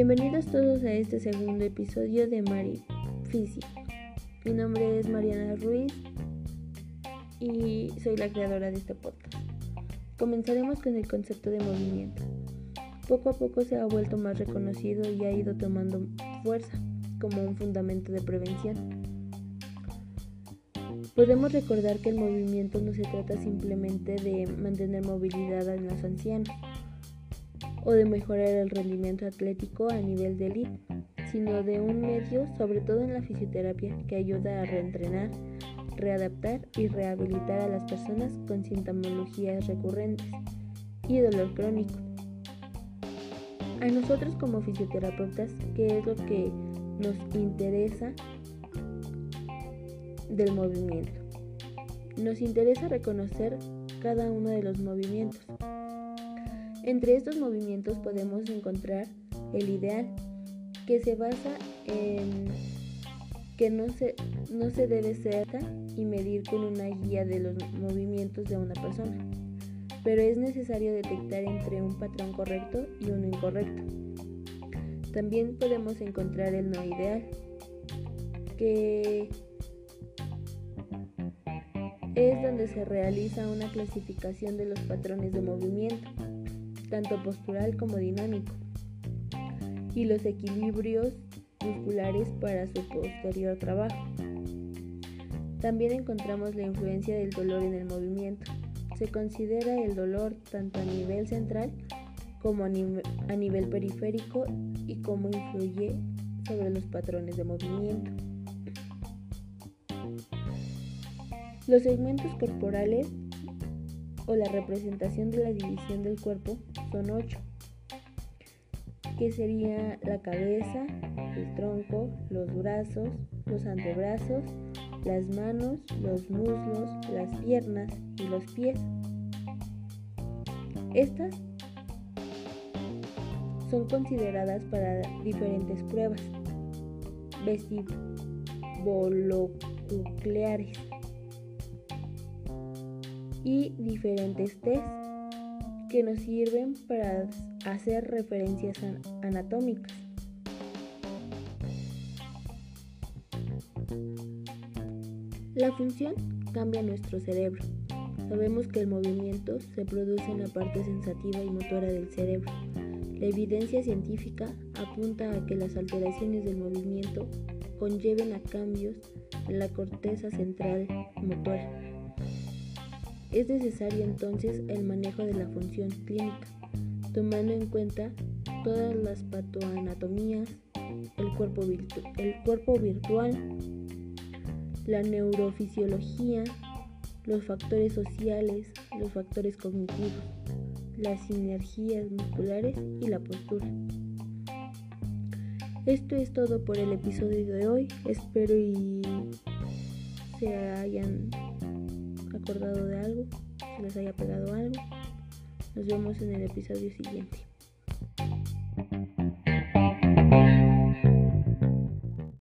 Bienvenidos todos a este segundo episodio de Marifisi. Mi nombre es Mariana Ruiz y soy la creadora de este podcast. Comenzaremos con el concepto de movimiento. Poco a poco se ha vuelto más reconocido y ha ido tomando fuerza como un fundamento de prevención. Podemos recordar que el movimiento no se trata simplemente de mantener movilidad en los ancianos o de mejorar el rendimiento atlético a nivel de élite, sino de un medio, sobre todo en la fisioterapia, que ayuda a reentrenar, readaptar y rehabilitar a las personas con sintomologías recurrentes y dolor crónico. A nosotros como fisioterapeutas, ¿qué es lo que nos interesa del movimiento? Nos interesa reconocer cada uno de los movimientos. Entre estos movimientos podemos encontrar el ideal, que se basa en que no se debe ser y medir con una guía de los movimientos de una persona, pero es necesario detectar entre un patrón correcto y uno incorrecto. También podemos encontrar el no ideal, que es donde se realiza una clasificación de los patrones de movimiento, tanto postural como dinámico, y los equilibrios musculares para su posterior trabajo. También encontramos la influencia del dolor en el movimiento. Se considera el dolor tanto a nivel central como a nivel periférico y cómo influye sobre los patrones de movimiento. Los segmentos corporales o la representación de la división del cuerpo son 8, que sería la cabeza, el tronco, los brazos, los antebrazos, las manos, los muslos, las piernas y los pies. Estas son consideradas para diferentes pruebas vestibulonucleares y diferentes test que nos sirven para hacer referencias anatómicas. La función cambia nuestro cerebro. Sabemos que el movimiento se produce en la parte sensativa y motora del cerebro. La evidencia científica apunta a que las alteraciones del movimiento conlleven a cambios en la corteza central motora. Es necesario entonces el manejo de la función clínica, tomando en cuenta todas las patoanatomías, el cuerpo virtual, la neurofisiología, los factores sociales, los factores cognitivos, las sinergias musculares y la postura. Esto es todo por el episodio de hoy. Espero y se hayan acordado de algo, se les haya pegado algo. Nos vemos en el episodio siguiente.